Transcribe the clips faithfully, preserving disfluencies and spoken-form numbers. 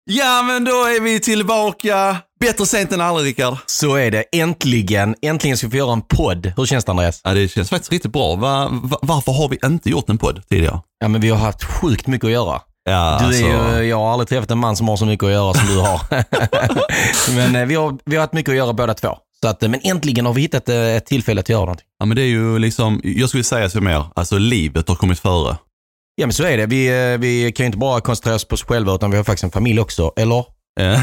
Ja, men då är vi tillbaka. Bättre sent än aldrig, Rickard. Så är det. Äntligen. Äntligen ska vi få göra en podd. Hur känns det, Andreas? Ja, det känns faktiskt riktigt bra. Va, va, varför har vi inte gjort en podd tidigare? Ja, men vi har haft sjukt mycket att göra. Ja, du är alltså... ju, jag har aldrig träffat en man som har så mycket att göra som du har. men eh, vi har, vi har haft mycket att göra båda två. Så att, men äntligen har vi hittat ett tillfälle att göra någonting. Ja, men det är ju liksom, jag skulle säga så mer, alltså livet har kommit före. Ja, men så är det. Vi, vi kan ju inte bara koncentrera oss på oss själva, utan vi har faktiskt en familj också, eller? Ja.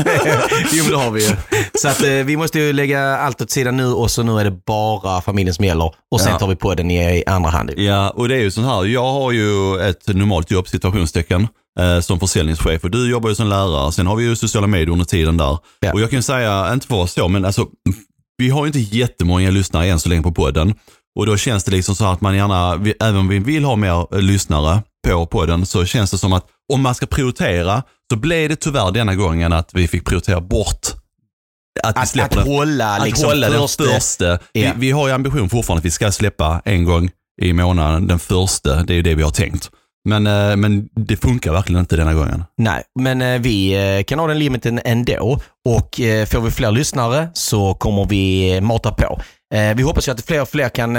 Jo, men det har vi ju. Så att vi måste ju lägga allt åt sidan nu, och så nu är det bara familjen som gäller. Och sen ja. tar vi på den i andra hand. Ja, och det är ju så här, jag har ju ett normalt jobb, situationstecken, eh, som försäljningschef, och du jobbar ju som lärare. Sen har vi ju sociala medier under tiden där. Ja. Och jag kan ju säga, inte för så, men alltså, vi har ju inte jättemånga lyssnare än så länge på podden. Och då känns det liksom så att man gärna, vi, även om vi vill ha mer lyssnare på podden, så känns det som att om man ska prioritera, så blev det tyvärr denna gången att vi fick prioritera bort att, att, att den, hålla, att liksom hålla första, den första. Ja. Vi, vi har ju ambition fortfarande att vi ska släppa en gång i månaden, den första, det är det vi har tänkt. Men, men det funkar verkligen inte denna gången. Nej, men vi kan ha den limiten ändå, och får vi fler lyssnare så kommer vi mata på. Vi hoppas ju att fler och fler kan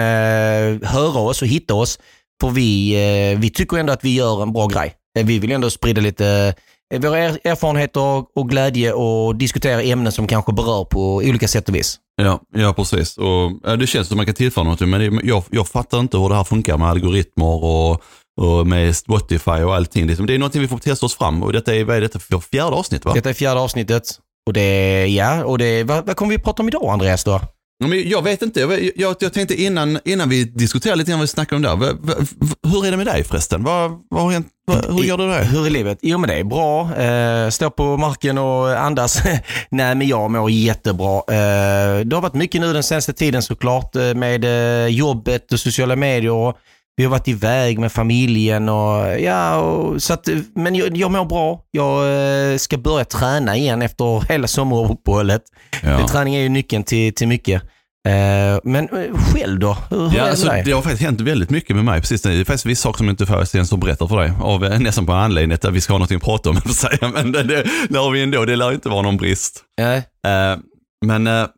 höra oss och hitta oss, för vi, vi tycker ändå att vi gör en bra grej. Vi vill ändå sprida lite våra erfarenheter och glädje och diskutera ämnen som kanske berör på olika sätt och vis. Ja, ja precis. Och det känns som man kan tillföra något, men det, jag, jag fattar inte hur det här funkar med algoritmer och, och med Spotify och allting. Det är någonting vi får testa oss fram, och detta är, vad är detta för fjärde avsnitt, va? Detta är fjärde avsnittet, och det, ja, och det, vad, vad kommer vi prata om idag, Andreas, då? Men jag vet inte, jag, jag, jag tänkte innan, innan vi diskuterar lite grann vad vi snackar om där. V, v, hur är det med dig förresten? Vad, vad har hänt, vad, hur gör du det? Hur är livet? Jo, men det är bra. Eh, stå på marken och andas. Nej, men jag mår jättebra. Eh, det har varit mycket nu den senaste tiden såklart, med eh, jobbet och sociala medier. Och vi har varit iväg med familjen och ja, och, så att, men jag, jag mår bra. Jag eh, ska börja träna igen efter hela sommaruppehållet. Ja. Träning är ju nyckeln till, till mycket. Eh, men själv då? Hur ja, är det, alltså, det har faktiskt hänt väldigt mycket med mig. Precis, det är faktiskt vissa saker som inte får sen så berättar för dig. Av nästan på anledning att vi ska ha något att prata om. Säga. Men det, det lär vi ändå. Det lär inte vara någon brist. Ja. Eh, men eh,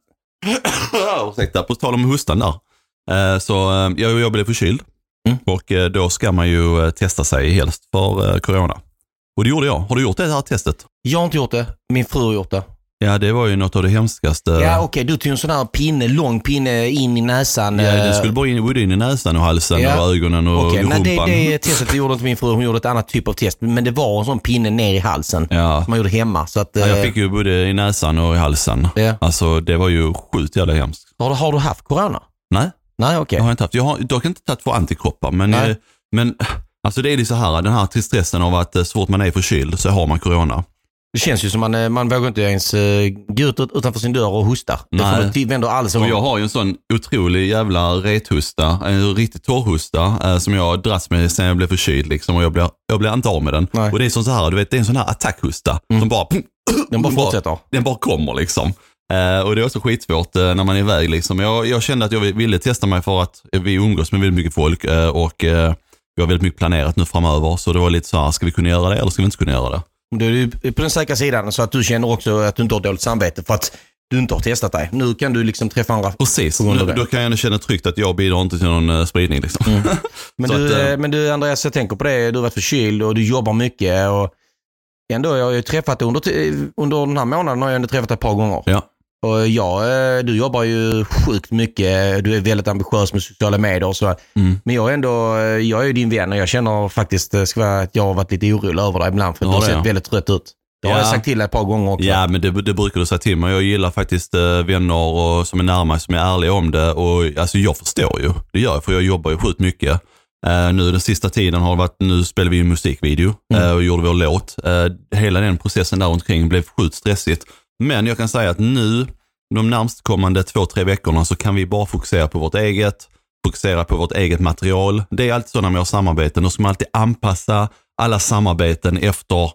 ursäkta, på tal om hostan där. Eh, så eh, jag jobbade förkyld. Mm. Och eh, då ska man ju eh, testa sig helst för eh, corona. Och det gjorde jag. Har du gjort det här testet? Jag har inte gjort det. Min fru har gjort det. Ja, det var ju något av det hemskaste. Ja, okej. Okay. Du tog en sån här pinne, lång pinne in i näsan. Ja, den skulle bara in, både in i näsan och halsen, ja. Och ögonen och okay. rumpan. Nej, det, det testet gjorde inte min fru. Hon gjorde ett annat typ av test. Men det var en sån pinne ner i halsen. Ja. Som man gjorde hemma. Så att, ja, jag fick ju både i näsan och i halsen. Ja. Alltså, det var ju sjukt jävla hemskt. Har du, har du haft corona? Nej. Nej, okej. Okay. Jag har inte haft. Jag har dock inte tagit för antikroppar. Men, eh, men alltså det är det så här, den här stressen av att så fort man är förkyld så har man corona. Det känns ju som man, man vågar inte ens uh, gå ut utanför sin dörr och hosta. Nej. Det vänder alldeles och jag har ju en sån otrolig jävla rethosta, en riktigt torrhosta uh, som jag dras med sen jag blev förkyld liksom, och jag blir, jag blir inte av med den. Nej. Och det är som så här, du vet, det är en sån här attackhosta mm. som bara den bara fortsätter. Den bara kommer liksom. Uh, och det är också skitsvårt uh, när man är iväg liksom. Jag, jag kände att jag ville testa mig för att vi umgås med väldigt mycket folk uh, och uh, vi har väldigt mycket planerat nu framöver, så det var lite så här, ska vi kunna göra det eller ska vi inte kunna göra det? Du är ju på den säkra sidan, så att du känner också att du inte har dåligt samvete för att du inte har testat dig. Nu kan du liksom träffa andra. Precis, nu, då kan jag känna tryggt att jag bidrar inte till någon uh, spridning liksom. Mm. Men, du, att, uh, men du Andreas, jag tänker på det, du har varit förkyld och du jobbar mycket och ändå, jag har ju träffat dig under, under den här månaden har jag ändå träffat dig ett par gånger. Ja. Och ja, du jobbar ju sjukt mycket, du är väldigt ambitiös med sociala medier och så. Mm. Men jag är ändå, jag är ju din vän och jag känner faktiskt att jag har varit lite orolig över dig ibland, för ja, du har sett ja. väldigt trött ut. Det har ja. jag sagt till dig ett par gånger också. Ja, men det, det brukar du säga till mig. Jag gillar faktiskt äh, vänner och, som är närmare, som är ärliga om det. Och alltså jag förstår ju, det gör jag, för jag jobbar ju sjukt mycket. Uh, nu den sista tiden har det varit, nu spelar vi en musikvideo mm. uh, och gjorde vår låt. Uh, hela den processen där omkring blev sjukt stressigt. Men jag kan säga att nu, de närmast kommande två, tre veckorna så kan vi bara fokusera på vårt eget, fokusera på vårt eget material. Det är alltid så när man har samarbeten, då ska man alltid anpassa alla samarbeten efter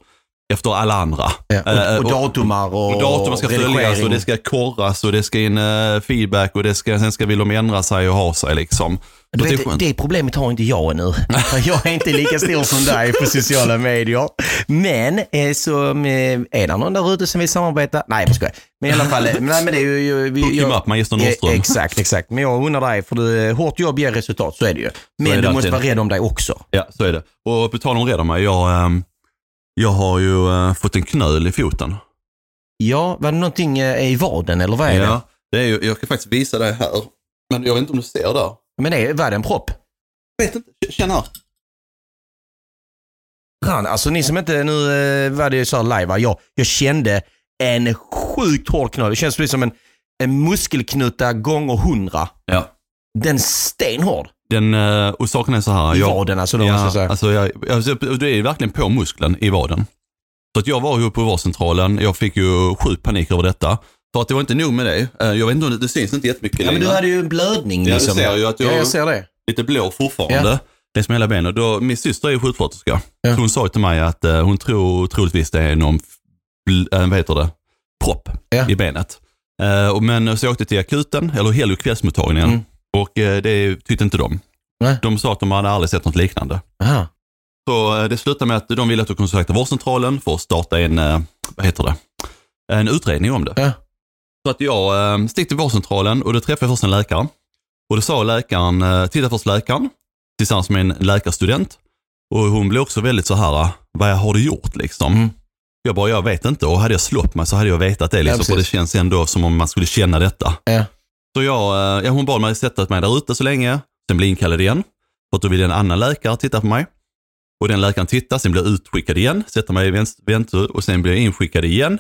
efter alla andra. Ja, och, och datumar och, och datumar ska följas och det ska korras och det ska in uh, feedback och det ska, sen ska vi de ändra sig och ha sig liksom. Du vet, det, det problemet har inte jag nu. Jag är inte lika stor som dig på sociala medier. Men eh, så eh, är det någon där ute som vill samarbeta? Nej, jag skojar. Men i alla fall, nej, men det är ju... Vi, jag, jag, Magister Nordström. Eh, exakt, exakt. Men jag undrar dig, för du, hårt jobb ger resultat, så är det ju. Men du måste alltid vara rädd om dig också. Ja, så är det. Och på tal om rädd om mig, jag, ähm, jag har ju äh, fått en knöl i foten. Ja, var det någonting äh, i vaden eller vad är ja, det? det är ju, jag kan faktiskt visa dig här. Men jag vet inte om du ser där. Men det är, var det en propp? Jag vet inte, känn här. Alltså ni som inte, nu var det ju så här live, jag, jag kände en sjukt hård knöl. Det känns som en, en muskelknuta gånger hundra. Ja. Den stenhård. Den, och saken är så här. I jag, vaden alltså då ja, måste jag säga. Alltså jag, alltså, det är verkligen på muskeln i vaden. Så att jag var ju på vårdcentralen, jag fick ju sjukt panik över detta. För att det var inte nog med det. Jag vet inte om det, det syns inte jättemycket ja, längre. Men du hade ju en blödning liksom. Ja, du ser ju att jag, ja, jag ser det. Lite blå fortfarande. Ja. Det som hela benet. Då, min syster är sjuksköterska. Ja. Hon sa till mig att uh, hon tror troligtvis det är någon äh, vad heter det? propp ja. i benet. Uh, men så jag åkte till akuten, eller hel- och kvällsmottagningen. Mm. Och uh, det tyckte inte de. Nej. De sa att de hade aldrig sett något liknande. Aha. Så uh, det slutade med att de ville att jag kontaktade vårdcentralen för att starta en, uh, vad heter det? En utredning om det. Ja. Så att jag uh, stick till vårdcentralen och då träffade jag först en läkare. Och då sa läkaren, uh, titta först läkaren tillsammans med en läkarstudent. Och hon blev också väldigt så här, vad har du gjort liksom? Mm. Jag bara, jag vet inte. Och hade jag slått mig så hade jag vetat det liksom. Ja, för det känns ändå som om man skulle känna detta. Ja. Så jag, ja, hon bad mig sätta mig där ute så länge. Sen blir inkallad igen. För att då vill en annan läkare titta på mig. Och den läkaren tittar, sen blir utskickad igen. Sätter mig i väntur och sen blir jag inskickad igen.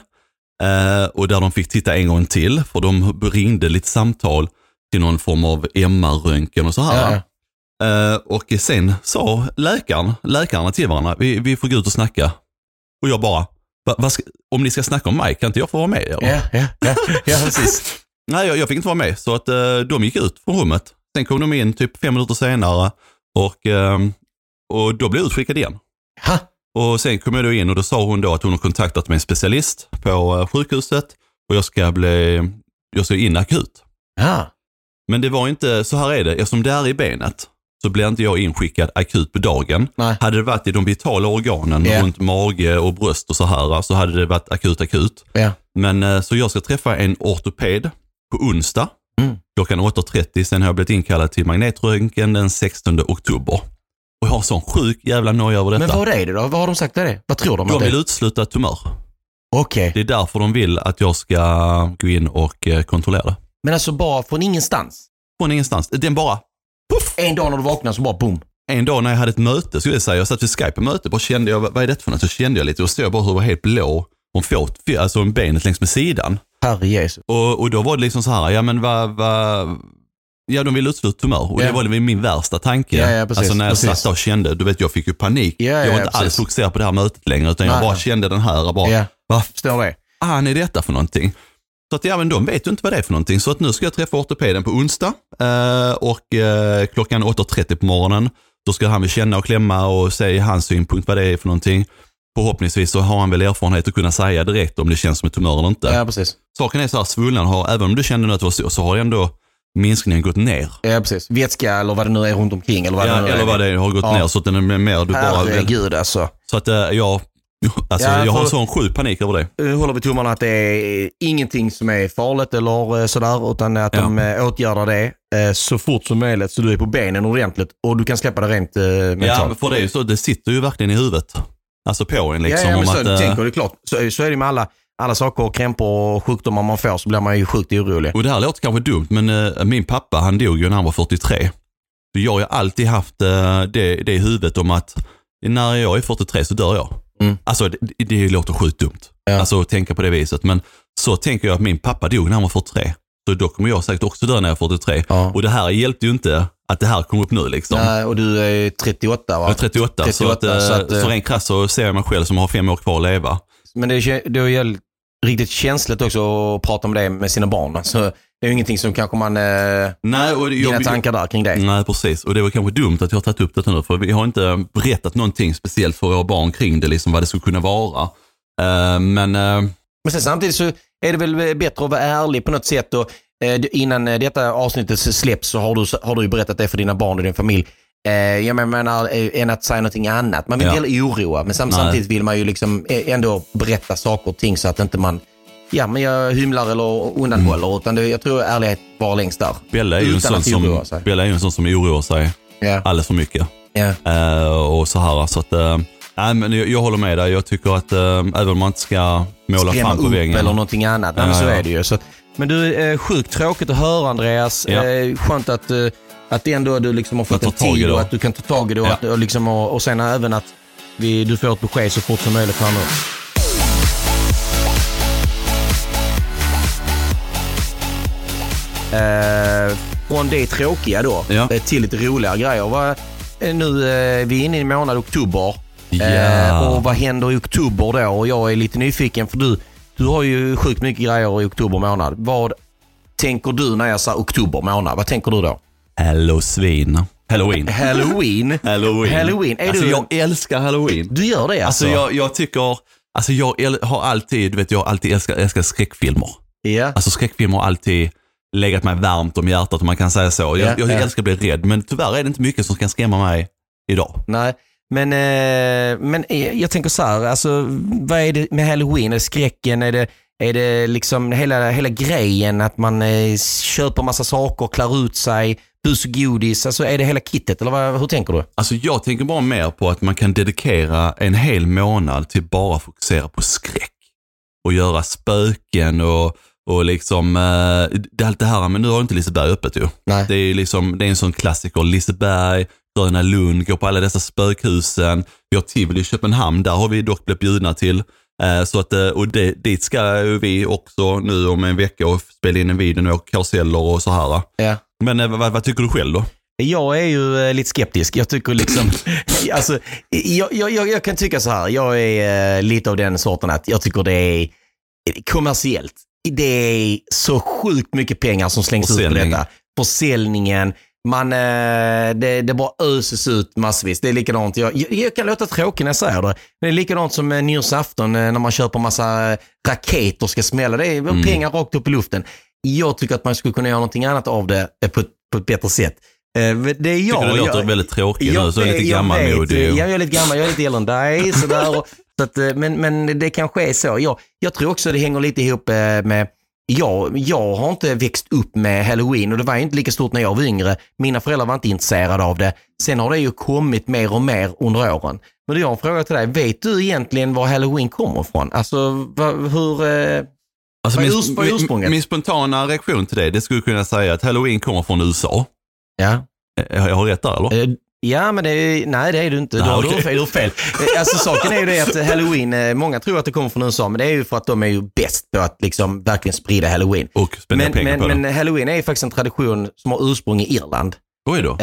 Eh, och där de fick titta en gång till. För de ringde lite samtal till någon form av M R-röntgen och så här. Ja. Uh, och sen sa läkaren, läkarna till varandra, vi, vi får gå ut och snacka. Och jag bara, va, va ska, om ni ska snacka om mig, kan inte jag få vara med? Eller? Ja, ja, ja, ja, precis. Nej, jag, jag fick inte vara med, så att uh, de gick ut från rummet. Sen kom de in typ fem minuter senare och, uh, och då blev jag utskickad igen. Ha? Och sen kom jag då in och då sa hon då att hon har kontaktat med en specialist på uh, sjukhuset och jag ska bli, jag ska in akut. Ja. Men det var inte, så här är det, eftersom det är i benet så blir inte jag inskickad akut på dagen. Nej. Hade det varit i de vitala organen yeah. runt mage och bröst och så här så hade det varit akut akut. Yeah. Men så jag ska träffa en ortoped på onsdag mm. klockan åtta trettio. Sen har jag blivit inkallad till magnetröntgen den sextonde oktober. Och jag har sån sjuk jävla nöj över detta. Men vad är det då? Vad har de sagt är det? Vad tror de? De att det vill utsluta tumör. Okej. Okay. Det är därför de vill att jag ska gå in och kontrollera det. Men alltså bara från ingenstans? Från ingenstans. Den bara... Puff. En dag när du vaknar så bara boom. En dag när jag hade ett möte skulle jag säga, jag satt vid Skype-möte, bara kände jag, vad är det för något? Så kände jag lite och såg bara hur jag var helt blå om fot, alltså om benet längs med sidan. Herre Jesus. Och, och då var det liksom så här, ja men vad, vad ja de ville utsluta tumör och ja. Det var det min värsta tanke. Ja, ja, precis, alltså när jag precis. satt där och kände, du vet jag fick ju panik. Ja, ja, jag var ja, inte alls fokuserad på det här mötet längre utan Nej. jag bara kände den här, bara, ja. vad Förstår det. fan är detta för någonting? Så att ja, men de vet ju inte vad det är för någonting. Så att nu ska jag träffa ortopeden på onsdag eh, och eh, klockan åtta trettio på morgonen. Då ska han väl känna och klämma och säga hans synpunkt vad det är för någonting. Förhoppningsvis så har han väl erfarenhet att kunna säga direkt om det känns som ett tumör eller inte. Ja, precis. Saken är så här, svullan har, även om du kände att det var så, så har ändå minskningen gått ner. Ja, precis. Vätska eller vad det nu är runt omkring. Eller vad, ja, det, nu eller är. vad det har gått ja. ner så att den är mer... Du bara, herregud alltså. Så att jag... Alltså, ja, jag har för, sån sjuk panik över det. Nu håller vi tummarna att det är ingenting som är farligt eller sådär, utan att ja. de åtgärdar det så fort som möjligt så du är på benen ordentligt och du kan släppa det rent mentalt. Ja, för det är ju så, det sitter ju verkligen i huvudet. Alltså på en liksom. Ja, ja men om så, att, äh... tänker, det är klart. Så, så är det med alla, alla saker, krämpor och sjukdomar man får så blir man ju sjukt orolig. Och det här låter kanske dumt, men äh, min pappa han dog ju när han var fyrtiotre. Så jag har ju alltid haft äh, det, det i huvudet om att när jag är fyrtiotre så dör jag. Mm. Alltså det, det låter sjukt dumt. Ja. Alltså att tänka på det viset. Men så tänker jag att min pappa dog när han var fyrtiotre. Så då kommer jag säkert också dö när jag är fyrtiotre. Ja. Och det här hjälpte ju inte att det här kom upp nu liksom. Nej, och du är trettioåtta va? Jag är trettioåtta, trettioåtta så, att, så, att, så rent krasst så ser jag mig själv som har fem år kvar att leva. Men det är, det är riktigt känsligt också att prata om det med sina barn. Alltså, det är ju ingenting som kanske man... Eh, nej, och det, dina jag, tankar där kring det. Nej, precis. Och det var kanske dumt att jag har tagit upp det nu. För vi har inte berättat någonting speciellt för våra barn kring det. Liksom vad det skulle kunna vara. Uh, men, uh... men sen samtidigt så är det väl bättre att vara ärlig på något sätt. Och, eh, innan detta avsnittet släpps så har du, har du ju berättat det för dina barn och din familj. Eh, jag menar, eh, än att säga någonting annat. Man vill ja. inte oroa, men samtidigt vill man ju liksom ändå berätta saker och ting så att inte man ja, men jag hymlar eller undanhåller. Mm. Utan det, jag tror ärlighet var längst där. Bella är ju en sån som, Bella är en sån som oroar sig yeah. alldeles för mycket. Yeah. Uh, och så här, så att... Uh, nej, men jag, jag håller med dig. Jag tycker att uh, även om man inte ska måla skrämma fram på väggen eller någonting annat. Men ja, så ja. är det ju. Så, men du är sjukt tråkigt att höra, Andreas. Ja. Eh, skönt att, uh, att ändå du liksom har fått en tid och att du kan ta tag i det. Och, ja. att, och, liksom, och, och sen även att vi, du får ett besked så fort som möjligt här nu. Uh, från det tråkiga då ja. till lite roliga grejer. Va, nu uh, vi är inne i månad oktober. Yeah. Uh, och vad händer i oktober då? Och jag är lite nyfiken för du, du har ju sjukt mycket grejer i oktober månad. Vad tänker du när jag sa oktober månad? Vad tänker du då? Halloween. Halloween. Halloween. Halloween. Halloween. Är alltså du... jag älskar Halloween. Du gör det alltså? Alltså jag, jag tycker, alltså jag har alltid, vet jag har alltid älskat, älskat skräckfilmer. Ja. Yeah. Alltså skräckfilmer har alltid legat mig varmt om hjärtat om man kan säga så. Jag, yeah, jag yeah. älskar att bli rädd, men tyvärr är det inte mycket som kan skrämma mig idag. Nej, men, eh, men jag tänker så här, alltså, vad är det med Halloween? Är det skräcken? Är det, är det liksom hela, hela grejen att man eh, köper massa saker, klär ut sig, bus och godis? Alltså är det hela kittet, eller vad, hur tänker du? Alltså jag tänker bara mer på att man kan dedikera en hel månad till bara fokusera på skräck. Och göra spöken och Och liksom, det, allt det här, men nu har inte Liseberg öppet ju. Nej. Det är liksom, det är en sån klassiker. Liseberg, Gröna Lund, går på alla dessa spökhusen. Vi har Tivoli i Köpenhamn, där har vi dock blivit bjudna till. Så att, och det, dit ska vi också nu om en vecka och spela in en video och karuseller och så här. Ja. Men vad, vad tycker du själv då? Jag är ju lite skeptisk. Jag tycker liksom, alltså, jag, jag, jag kan tycka så här. Jag är lite av den sorten att jag tycker det är kommersiellt. Det är så sjukt mycket pengar som slängs ut på detta. Försäljningen, man, det, det bara öses ut massvis. Det är likadant, jag, jag kan låta tråkigt när jag säger det. Det är likadant som nyårsafton när man köper massa raketer ska smälla. Det är mm. pengar rakt upp i luften. Jag tycker att man skulle kunna göra någonting annat av det på ett, på ett bättre sätt. Det är jag. Tycker det låter jag, väldigt tråkigt jag, nu, så är lite gammalmodig. Jag, jag är lite gammal, jag är lite äldre än dig. Sådär, och, så att, men, men det kanske är så. Jag, jag tror också det hänger lite ihop med... Jag, jag har inte växt upp med Halloween och det var inte lika stort när jag var yngre. Mina föräldrar var inte intresserade av det. Sen har det ju kommit mer och mer under åren. Men jag har en fråga till dig. Vet du egentligen var Halloween kommer ifrån? Alltså vad, hur... Alltså min, urs, min, min spontana reaktion till det, det skulle kunna säga att Halloween kommer från U S A. Ja. Jag, jag har rätt där, eller? Ja, men det är, nej, det är du inte. Du har okay. fel, fel. Alltså saken är ju det att Halloween, många tror att det kommer från U S A, men det är ju för att de är ju bäst på att liksom verkligen sprida Halloween. Och spendera pengar men, på men, det. Men Halloween är ju faktiskt en tradition som har ursprung i Irland. Oj då.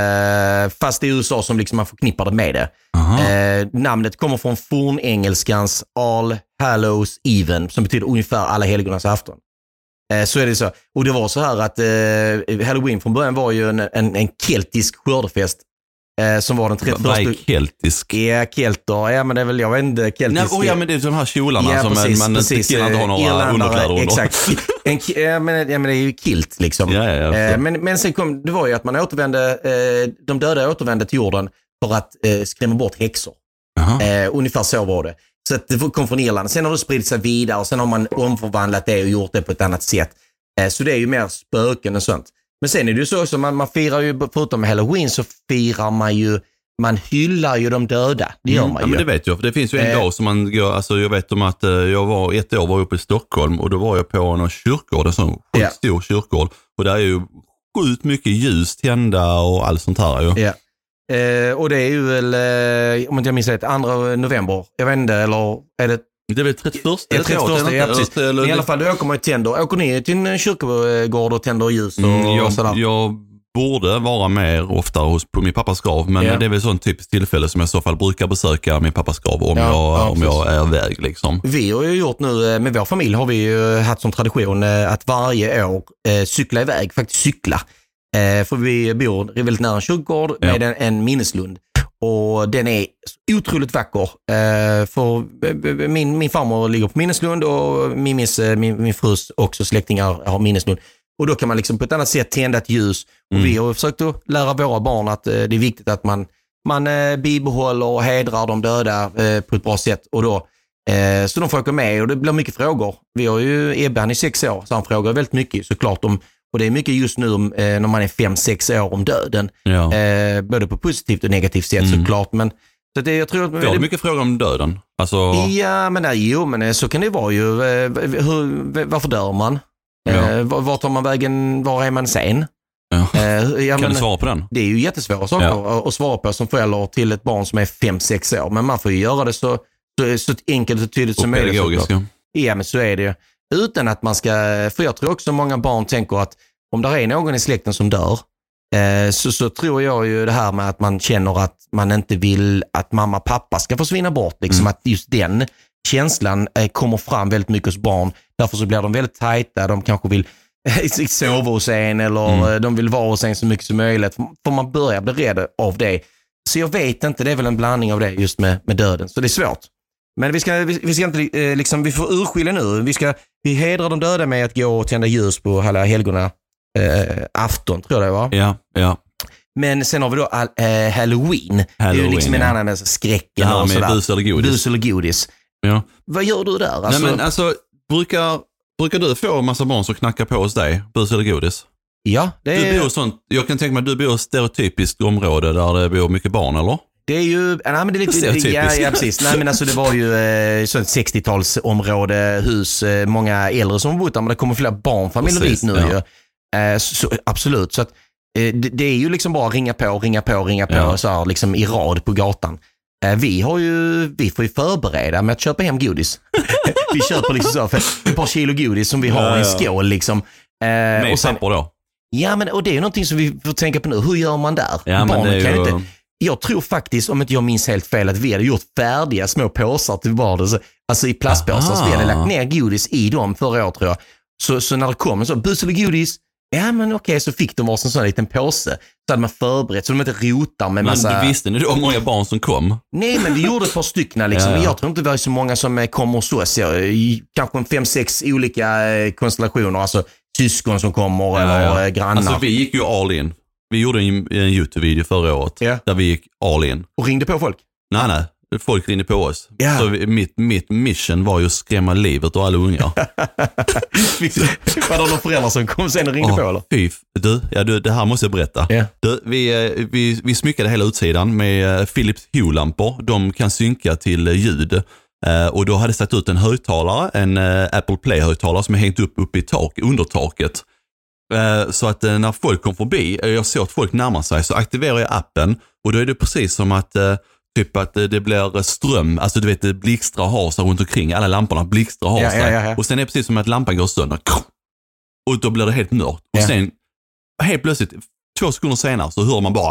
Eh, fast det är U S A som liksom man förknippar det med det. Eh, namnet kommer från fornengelskans All Hallows Even, som betyder ungefär alla helgonas afton. Eh, så är det så. Och det var så här att eh, Halloween från början var ju en, en, en keltisk skördefest. Eh, som var den trettioförsta... Vad är keltisk? Ja, kelter. Ja, men det är väl, jag vet inte, keltisk... Nej, oh, ja, men det är de här kjolarna ja, som precis, man precis. Inte har några underkläder under. Exakt. En, ja, men, ja, men det är ju kilt liksom. Ja, ja, ja, eh, men, men sen kom, det var ju att man återvände, eh, de döda återvände till jorden för att eh, skrämma bort häxor. Eh, ungefär så var det. Så att det kom från Irland. Sen har det spridit sig vidare och sen har man omförvandlat det och gjort det på ett annat sätt. Eh, så det är ju mer spöken och sånt. Men sen är det ju så också, man, man firar ju, förutom Halloween så firar man ju, man hyllar ju de döda. Det gör man mm, ju. Ja, men det vet jag, för det finns ju en eh. dag som man går, alltså jag vet om att eh, jag var, ett år var uppe i Stockholm och då var jag på någon kyrkogård, en sån sjukt ja. stor kyrkogård. Och där är ju sjukt mycket ljus tända och allt sånt här ju. Ja. Eh, och det är ju väl, eh, om inte jag minns rätt, andra november, jag vet inte, eller är det... Det är väl trettioförsta? Ja, trettioförsta, ja, precis. I alla fall, då åker man ju tänder. Åker ni till en kyrkogård och tänder ljus och, mm, jag, och sådär? Jag borde vara mer oftare hos, på min pappas grav, men yeah. det är väl sån typiskt tillfälle som jag i så fall brukar besöka min pappas grav om, ja, jag, ja, om jag är iväg. Liksom. Vi har ju gjort nu, med vår familj har vi ju haft som tradition att varje år eh, cykla iväg, faktiskt cykla. Eh, för vi bor väldigt nära en kyrkogård med ja. en, en minneslund. Och den är otroligt vacker. Eh, för min, min farmor ligger på minneslund och min, min, min frus också släktingar har minneslund. Och då kan man liksom på ett annat sätt tända ett ljus. Och mm. vi har försökt att lära våra barn att eh, det är viktigt att man, man eh, bibehåller och hedrar de döda eh, på ett bra sätt. Och då, eh, så de får åka med och det blir mycket frågor. Vi har ju Ebban i sex år så han frågar väldigt mycket såklart om, och det är mycket just nu om, eh, när man är fem sex år om döden. Ja. Eh, både på positivt och negativt sätt mm. såklart. Men så det, jag tror att... Vi har mycket frågor om döden. Alltså... Ja, men nej, jo, men så kan det vara ju. Eh, hur, varför dör man? Ja. Eh, var tar man vägen? Var är man sen? Ja. Eh, ja, kan men, du svara på den? Det är ju jättesvåra saker ja. att svara på som förälder till ett barn som är fem sex år. Men man får ju göra det så, så, så enkelt och tydligt och som möjligt. Ja. ja, men så är det ju. Utan att man ska... För jag tror också många barn tänker att om det är någon i släkten som dör eh, så, så tror jag ju det här med att man känner att man inte vill att mamma och pappa ska försvinna bort. Liksom mm. att just den känslan eh, kommer fram väldigt mycket hos barn. Därför så blir de väldigt tajta. De kanske vill eh, sova hos en eller mm. de vill vara hos en så mycket som möjligt. För man börjar bli rädd av det. Så jag vet inte, det är väl en blandning av det just med, med döden. Så det är svårt. Men vi ska, vi, vi ska inte eh, liksom, vi får urskilja nu. Vi ska, vi hedrar de döda med att gå och tända ljus på alla helgona eh, afton, tror jag det var. Ja, ja. Men sen har vi då all, eh, Halloween. Halloween. Det är ju liksom en ja. annan med skräcken och sådär. Bus eller godis. Bus eller godis. Ja. Vad gör du där? Alltså, Nej, men alltså, brukar, brukar du få en massa barn som knackar på hos dig? Bus eller godis? Ja, det är... Du bor sånt, jag kan tänka mig att du bor i ett stereotypiskt område där det bor mycket barn, eller? Det är ju, nej men det är lite, det, ja, ja precis. Nej men alltså det var ju eh, sånt sextiotalsområde, hus, eh, många äldre som bott där, men det kommer flera barnfamiljer dit nu ja. ju. Eh, så, absolut, så att eh, det, det är ju liksom bara ringa på, ringa på, ringa på ja. så här, liksom i rad på gatan. Eh, vi har ju, vi får ju förbereda med att köpa hem godis. Vi köper liksom så för ett par kilo godis som vi har ja, i en skål liksom. Eh, med och sen, pappor då? Ja men och det är ju någonting som vi får tänka på nu. Hur gör man där? Ja, men barnen det är kan ju... inte... Jag tror faktiskt, om inte jag minns helt fel, att vi hade gjort färdiga små påsar till barnen. Alltså i plastpåsar. Så vi hade lagt ner godis i dem förra året tror jag. Så, så när det kom så, bus eller godis? Ja men okej, okay, så fick de varsin sån här liten påse. Så hade man förberett så de inte rotar med massa... Men du visste ni då många barn som kom? Nej, men vi gjorde ett par stycken liksom. Ja, ja. Jag tror inte det var så många som kom hos oss. Kanske fem, sex olika konstellationer. Alltså syskon som kommer ja, eller ja. grannar. Alltså vi gick ju all in. Vi gjorde en, en YouTube-video förra året yeah. där vi gick all in. Och ringde på folk? Nej, nej. Folk ringde på oss. Yeah. Så vi, mitt, mitt mission var ju att skrämma livet och alla ungar. Var det någon föräldrar som kom sen och ringde oh, på eller? Fy, du, ja, du, det här måste jag berätta. Yeah. Du, vi, vi, vi smyckade hela utsidan med Philips Hue-lampor. De kan synka till ljud. Uh, och då hade jag satt ut en högtalare, en uh, Apple Play-högtalare som är hängt upp, upp i tak, under taket. Så att när folk kom förbi, jag såg att folk närmar sig, så aktiverar jag appen och då är det precis som att typ att det blir ström, alltså du vet det blixtrar har sig runt omkring, alla lamporna blixtrar har sig ja, ja, ja. Och sen är det precis som att lampan går sönder och då blir det helt mörkt och ja. sen helt plötsligt två sekunder senare så hör man bara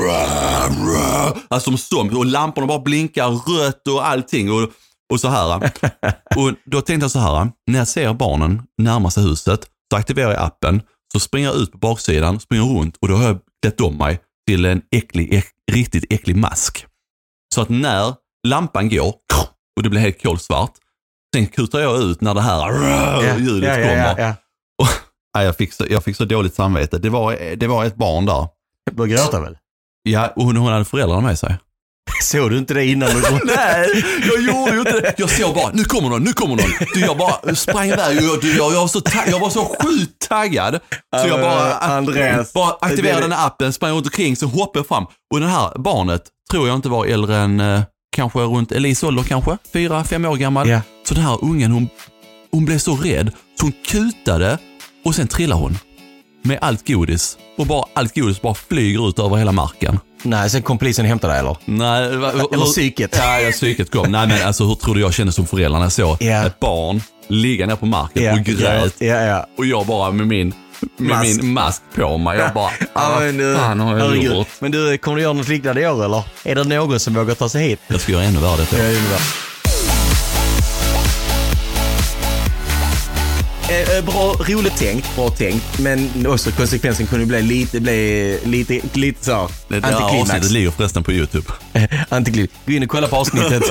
alltså som och lamporna bara blinkar rött och allting och, och så här och då tänkte jag så här, när jag ser barnen närma sig huset så aktiverar jag appen. Så springer jag ut på baksidan, springer runt och då har jag klätt om mig till en äcklig, äck, riktigt äcklig mask. Så att när lampan går och det blir helt kolsvart, sen kutar jag ut när det här ja, ljudet ja, ja, kommer. Ja, ja. Och, nej, jag, fick så, jag fick så dåligt samvete. Det var, det var ett barn där. Du började gråta väl? Ja, och hon, hon hade föräldrarna med sig. Såg du inte det innan? Nej, jag gjorde ju inte det. Jag såg bara, nu kommer någon, nu kommer någon. Du, jag bara sprang iväg och jag, jag, jag, var så tag- jag var så sjukt taggad. Så jag bara, Andreas, bara aktiverade den här appen, sprang runt omkring, så hoppade jag fram. Och den här barnet tror jag inte var äldre än eh, kanske runt Elise ålder kanske, fyra, fem år gammal. Yeah. Så den här ungen, hon, hon blev så rädd så hon kutade och sen trillade hon. Med allt godis. Och bara allt godis bara flyger ut över hela marken. Nej, sen kom polisen och hämtade dig eller? Nej. Hur, eller psyket. Ja, ja, psyket kom. Nej, men alltså hur tror du jag kände som förälder när jag såg yeah. ett barn ligga ner på marken yeah. och grät. Yeah, yeah. Och jag bara med min med mask. min mask på mig. Jag bara, ah, men, vad fan har jag herregud. gjort? Men du, kommer du göra något liknande i år eller? Är det någon som vågar ta sig hit? Jag ska göra ännu värre detta. Ja, eh, bra, roligt tänkt, bra tänkt. Men också konsekvensen kunde bli lite, bli, lite, lite så det här avsnittet ligger förresten på YouTube. Antiklimax. Gå in och kolla på avsnittet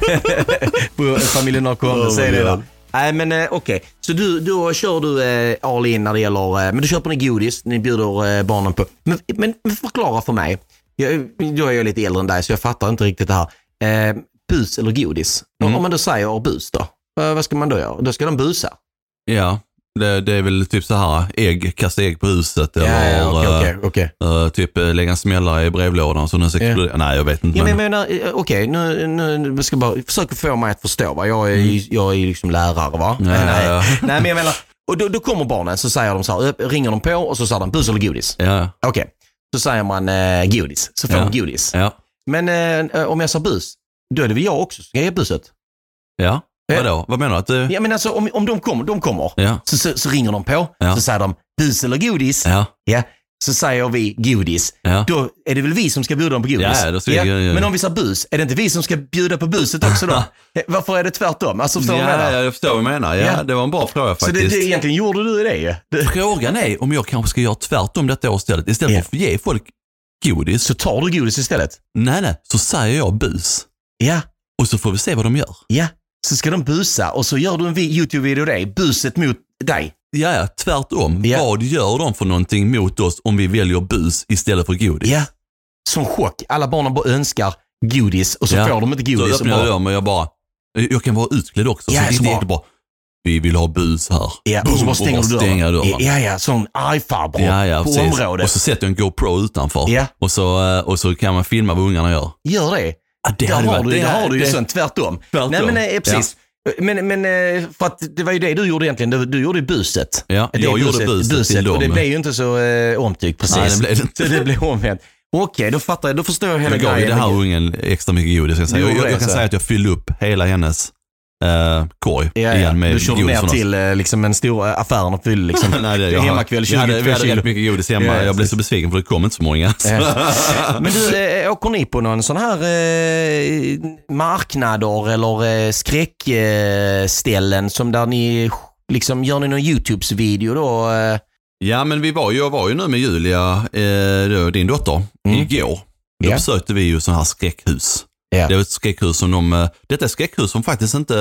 på Familjen Norrkom. Oh, säger det då. Nej, men eh, okej. Okay. Så du, då kör du eh, all in när det gäller... Eh, men du köper ni godis, ni bjuder eh, barnen på. Men, men, men förklara för mig. Jag, då är jag lite äldre än dig, så jag fattar inte riktigt det här. Eh, bus eller godis? Mm. Om man då säger bus då, eh, vad ska man då göra? Då ska de busa. Ja, det, det är väl typ så här, ägg, kasta ägg på huset. Ja, eller ja, okay, okay, okay. Uh, typ lägga en smällare i brevlådan så den ska explodera. Ja. Nej, jag vet inte. Ja, men jag menar, okej, okay, nu, nu ska jag bara försöka få mig att förstå. Va? Jag är, mm. jag är liksom lärare, va? Ja, nej, ja, ja. nej, men jag menar, och då, då kommer barnen, så säger de så här, ringer de på och så säger de bus eller godis. Ja. Okej, okay. Så säger man eh, godis, så får ja. de godis. Ja. Men eh, om jag sa bus, då är det väl jag också, ska jag ge buset? Ja. Vadå? Vad menar du? Att, ja, men alltså, om, om de kommer, de kommer ja. så, så, så ringer de på, ja. så säger de bus eller godis. Ja. Ja. Så säger vi godis. Ja. Då är det väl vi som ska bjuda dem på godis. Ja, då ska ja. Jag, ja. Men om vi sa bus, är det inte vi som ska bjuda på buset också då? Varför är det tvärtom? Alltså, förstår ja, jag förstår vad du menar. Ja, ja. Det var en bra fråga faktiskt. Så det, det egentligen gjorde du det ju. Det... Frågan är om jag kanske ska göra tvärtom detta år istället. Istället ja. för att ge folk godis. Så tar du godis istället? Nej, nej. Så säger jag bus. Ja. Och så får vi se vad de gör. Ja. Så ska de busa och så gör du en YouTube-video dig. Buset mot dig. Ja, ja, tvärtom. Ja. Vad gör de för någonting mot oss om vi väljer bus istället för godis? Ja, som chock. Alla barnen bara önskar godis och så ja. får de inte godis. Så öppnar jag dem och jag bara, jag kan vara utklädd också. Ja, så det är inte bara, vi vill ha bus här. Ja, och så bara stänger du stänger dörren. Ja, ja, sån argfarbror ja, ja, på precis. området. Och så sätter jag en GoPro utanför. Ja. Och, så, och så kan man filma vad ungarna gör. Gör det? Ja, det där har varit, du, det, det har du ju det, sånt tvärtom. tvärtom. Nej, men nej, precis. Ja. Men, men för att det var ju det du gjorde egentligen. Du, du gjorde ju buset. Ja, jag gjorde buset, buset, buset till dem. Och det blev ju inte så eh, omtyckt precis. Nej, det blev det inte. Så det blev omvänt. Okej, okay, då fattar jag. Då förstår jag hela grejen. Jag gav grejen. det här ungen extra mycket godis. Jag, jag, jag, jag kan säga att jag fyllde upp hela hennes Uh, korg ja, ja. igen med du körde ner till uh, liksom en stor uh, affär och fyllde liksom Nej, det, jag, hemmakväll tjugo vi hade, vi hade rätt mycket godis hemma. Ja, jag blev så besviken för det kom inte så många. Ja. Men du, äh, åker ni på någon sån här äh, marknader eller äh, skräckställen äh, som där ni liksom gör ni någon YouTube-video då? Äh? Ja, men vi var, jag var ju nu med Julia, äh, då, din dotter, mm. igår. Då ja. besökte vi ju sån här skräckhus. Yeah. Det är ett skräckhus som de, detta är ett skräckhus som faktiskt inte,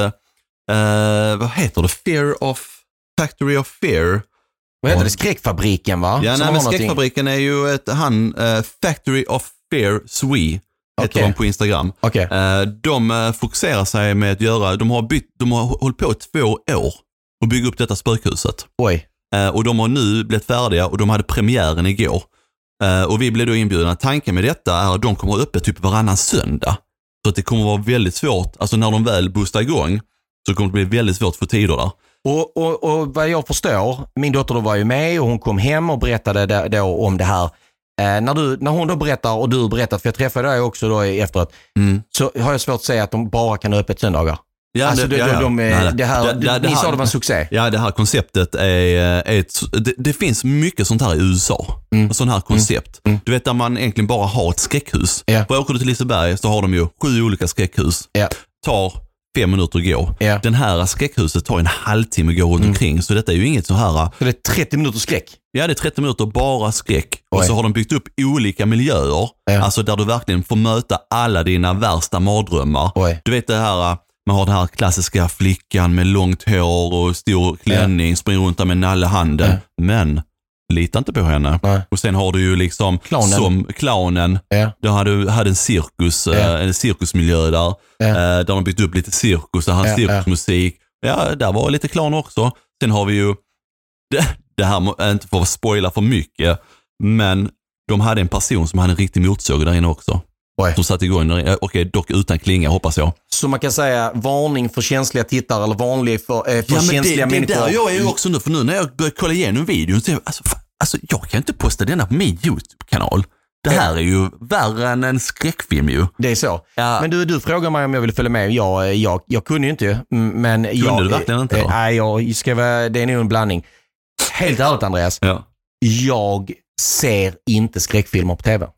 uh, vad heter det? Fear of, Factory of Fear. Vad heter det? Skräckfabriken, va? Ja, nej, men skräckfabriken är ju ett, han, uh, Factory of Fear Swee heter okay. de på Instagram. Okay. Uh, de uh, fokuserar sig med att göra, de har bytt, de har hållit på två år och bygga upp detta spökhuset. Oj. Uh, och de har nu blivit färdiga och de hade premiären igår. Uh, och vi blev då inbjudna. Tanken med detta är att de kommer att öppet typ varannan söndag. Så att det kommer vara väldigt svårt, alltså när de väl boostar igång så kommer det bli väldigt svårt för tider där. Och, och, och vad jag förstår, min dotter då var ju med och hon kom hem och berättade då om det här. Eh, när, du, när hon då berättar och du berättar, för jag träffade dig också då efteråt, mm. så har jag svårt att säga att de bara kan ha öppet söndagar. Ja, alltså det, de, ja, ja. de, de, Nej, det här, det, det, det ni här, sa det var en succé. Ja, det här konceptet är, är ett, det, det finns mycket sånt här i U S A. Mm. Sån här koncept. Mm. Du vet där man egentligen bara har ett skräckhus. Yeah. För åker du till Liseberg så har de ju sju olika skräckhus. Yeah. Tar fem minuter att gå. Yeah. Den här skräckhuset tar en halvtimme att gå runt mm. omkring. Så detta är ju inget så här. Så det är trettio minuter skräck? Ja, det är trettio minuter bara skräck. Oj. Och så har de byggt upp olika miljöer. Yeah. Alltså där du verkligen får möta alla dina värsta mardrömmar. Oj. Du vet det här... Man har den här klassiska flickan med långt hår och stor klänning, ja. springer runt där med nalle handen. Ja. Men lita inte på henne. Nej. Och sen har du ju liksom clownen. som clownen. Ja. Du hade, hade en cirkus, ja. äh, en cirkusmiljö där. Ja. Äh, där de byggt upp lite cirkus, där hade ja. cirkusmusik. Ja, där var lite clown också. Sen har vi ju, det, det här, inte för att spoila för mycket, men de hade en person som hade en riktig motorsåg där inne också. Oj. Som satt igång, okej, okay, dock utan klinga hoppas jag. Så man kan säga varning för känsliga tittare eller vanlig för, eh, för ja, känsliga det, människor. Det där jag är ju också nu, för nu när jag börjar kolla igenom videon så jag, alltså, alltså jag kan inte posta denna på min YouTube-kanal. Det här är ju värre än en skräckfilm ju. Det är så. Ja. Men du, du frågar mig om jag vill följa med. Jag, jag, jag kunde ju inte. Men kunde jag, du verkligen inte? Nej, jag ska vara, det är nog en blandning. Helt ärligt Andreas. Ja. Jag ser inte skräckfilmer på tv.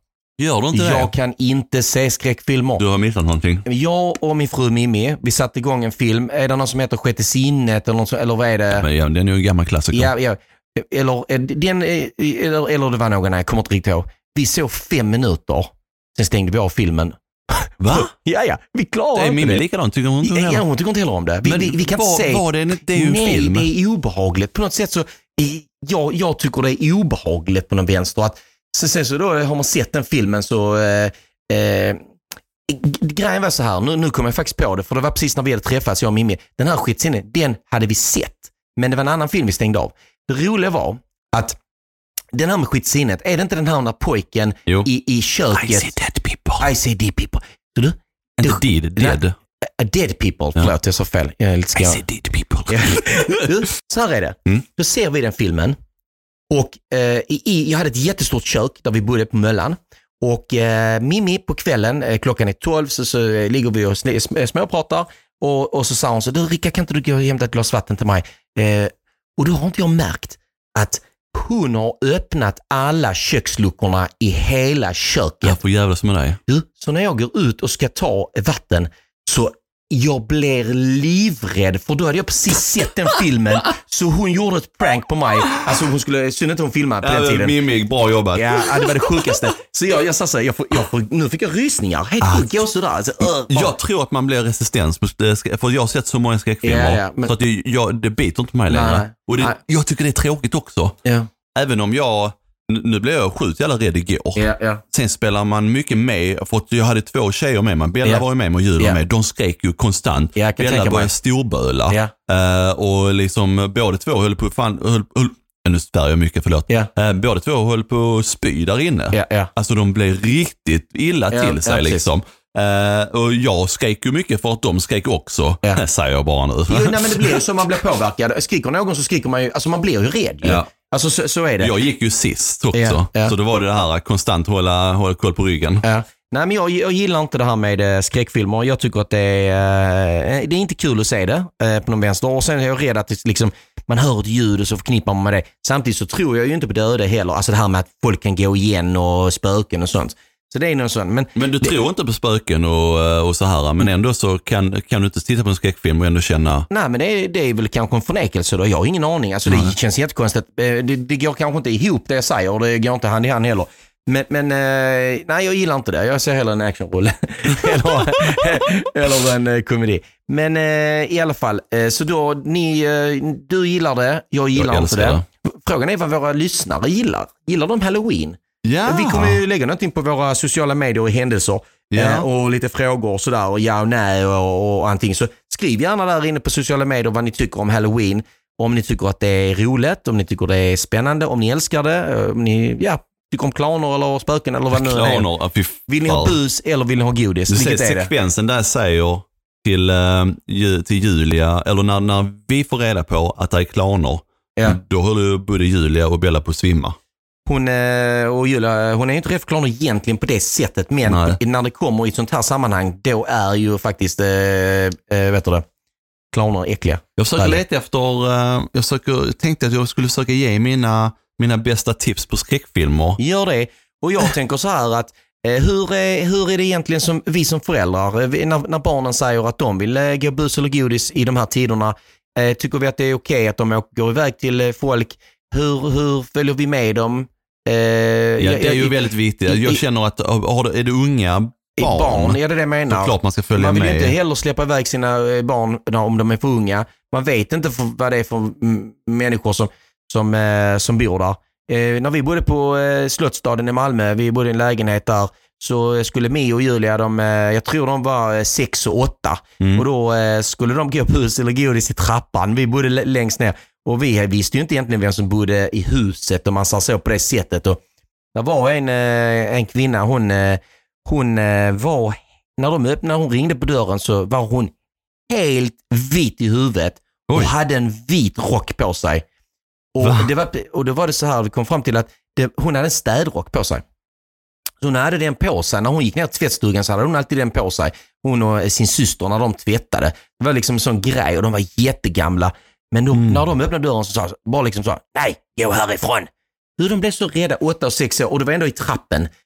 Gör du inte jag det? kan inte se skräckfilmer. Du har missat någonting. Jag och min fru Mimmi, vi satte igång en film. Är det någon som heter Sjätte sinnet eller, något, eller vad är det? Men ja, den är ju en gammal klassiker. Ja, ja. Eller, den, eller, eller det var någon, nej, jag kommer inte riktigt ihåg. Vi såg fem minuter, sen stängde vi av filmen. Va? Ja, ja, vi klarar det är inte det. likadant, tycker hon inte ja, hon tycker inte heller om det. Vi, vi, vi kan var, inte se. Var det, det är ju en nej, film. det är obehagligt. På något sätt så, jag, jag tycker det är obehagligt på någon vänster. Att, så, sen så då har man sett den filmen så... Eh, eh, grejen var så här, nu, nu kommer jag faktiskt på det, för det var precis när vi hade träffats, jag och Mimmi. Den här skitsinne, den hade vi sett. Men det var en annan film vi stängde av. Det roliga var att den här med skitsinnet, är det inte den här när pojken i, i köket... I see dead people. I see dead people. Så du? Inte dead, dead. A dead people, förlåt, ja. Jag sa fel. Jag är lite skar. I see dead people. Du, så här är det. Mm. Då ser vi den filmen. Och eh, i, jag hade ett jättestort kök där vi bodde på Möllan. Och eh, Mimmi på kvällen, eh, klockan är tolv, så, så eh, ligger vi och sm- småpratar. Och, och så sa hon så, du Rika, kan inte du gå och hämta ett glas vatten till mig? Eh, och då har inte jag märkt att hon har öppnat alla köksluckorna i hela köket. Jag får jävlas med dig. Du, så när jag går ut och ska ta vatten så jag blir livrädd, för då hade jag precis sett den filmen, så hon gjorde ett prank på mig. Alltså hon skulle, synd inte hon filmade på ja, den tiden. Mimmi, bra jobbat. Ja, det var det sjukaste. Så jag, jag sa så här, jag får, jag får, nu fick jag rysningar. Helt ah. sjukt, jag sådär. Alltså, uh, jag tror att man blir resistens, för jag har sett så många skräckfilmer, ja, ja, men... så att det, jag, det biter inte mig längre. Nej, och det, jag tycker det är tråkigt också. Ja. Även om jag, nu blev jag sjukt jävla rädd igår. Ja, ja. Sen spelar man mycket med, för att jag hade två tjejer med mig. Bella ja. var ju med och Julia ja. med. De skrek ju konstant. Ja, Bella började storböla. Ja. Uh, och liksom båda två höll på, fan, höll, höll, nu svär jag mycket, förlåt. Ja. Uh, båda två höll på att spy där inne. Ja, ja. Alltså de blev riktigt illa till ja, sig ja, liksom. Uh, och jag skrek ju mycket för att de skrek också, ja. säger jag bara nu. Jo, nej, men det blir ju så, man blir påverkad. Skriker någon så skriker man ju, alltså man blir ju rädd ju. Ja. Alltså så, så är det. Jag gick ju sist också, ja, ja. så det var det här konstant hålla, hålla koll på ryggen. Ja. Nej, men jag, jag gillar inte det här med skräckfilmer. Jag tycker att det är, det är inte kul att se det på någon vänster. Och sen är jag rädd att det, liksom, man hör ett ljud och så förknippar man med det. Samtidigt så tror jag ju inte på döde heller. Alltså det här med att folk kan gå igen och spöken och sånt. Så det är någon sån. Men, men du det, tror inte på spöken och, och så här, men ändå så kan, kan du inte titta på en skräckfilm och ändå känna... Nej, men det är, det är väl kanske en förnekelse då. Jag har ingen aning. Alltså det känns jättekonstigt. Det, det går kanske inte ihop det jag säger och det går inte hand i hand heller. Men, men nej, jag gillar inte det. Jag ser hellre en actionrulle eller, eller en eh, komedi. Men eh, i alla fall, eh, så då, ni, eh, du gillar det, jag gillar jag inte det. det. Frågan är vad våra lyssnare gillar. Gillar de Halloween? Ja. Vi kommer ju lägga någonting på våra sociala medier och händelser ja. eh, och lite frågor och sådär och ja och nej och, och allting. Så skriv gärna där inne på sociala medier vad ni tycker om Halloween. Om ni tycker att det är roligt, om ni tycker det är spännande, om ni älskar det, om ni ja, tycker om klaner eller spöken eller vad nu klaner, är. Vill ni ha bus eller vill ni ha godis? Du ser sekvensen där säger till, uh, till Julia, eller när, när vi får reda på att det är klaner, ja. då håller både Julia och Bella på att svimma. Hon, och Julia, hon är ju inte rädd för klaner egentligen på det sättet, men Nej. när det kommer i ett sånt här sammanhang, då är ju faktiskt äh, äh, vet du det, klaner äckliga. Jag försöker leta efter, uh, jag försöker, tänkte att jag skulle försöka ge mina, mina bästa tips på skräckfilmer. Gör det, och jag tänker så här att eh, hur, är, hur är det egentligen som vi som föräldrar, vi, när, när barnen säger att de vill eh, gå bus eller godis i de här tiderna, eh, tycker vi att det är okej att de går iväg till eh, folk. Hur, hur följer vi med dem? Eh, ja, det är ju i, väldigt viktigt. Jag känner att har, är det unga barn, barn ja, det är det jag menar. Då klart man ska följa med. Man vill med. inte heller släppa iväg sina barn om de är för unga. Man vet inte för, vad det är för m- människor som, som, eh, som bor där. Eh, när vi bodde på eh, Slottsstaden i Malmö, vi bodde i en lägenhet där, så skulle Mi och Julia, de, eh, jag tror de var eh, sex och åtta. Mm. Och då eh, skulle de gå på hus eller godis i trappan. Vi bodde l- längst ner. Och vi visste ju inte egentligen vem som bodde i huset om man sa så på det sättet. Och det var en, en kvinna, hon, hon var, när de öppnade, hon ringde på dörren så var hon helt vit i huvudet och Oj. hade en vit rock på sig. Och, det var, och då var det så här, vi kom fram till att det, hon hade en städrock på sig. Så hon hade den på sig. När hon gick ner till tvättstugan så hade hon alltid den på sig. Hon och sin syster när de tvättade. Det var liksom en sån grej och de var jättegamla. Men de, mm. när de öppnade dörren så sa bara liksom så, nej, gå härifrån. Hur de blev så rädda, åtta och sex år, och det var ändå i trappen.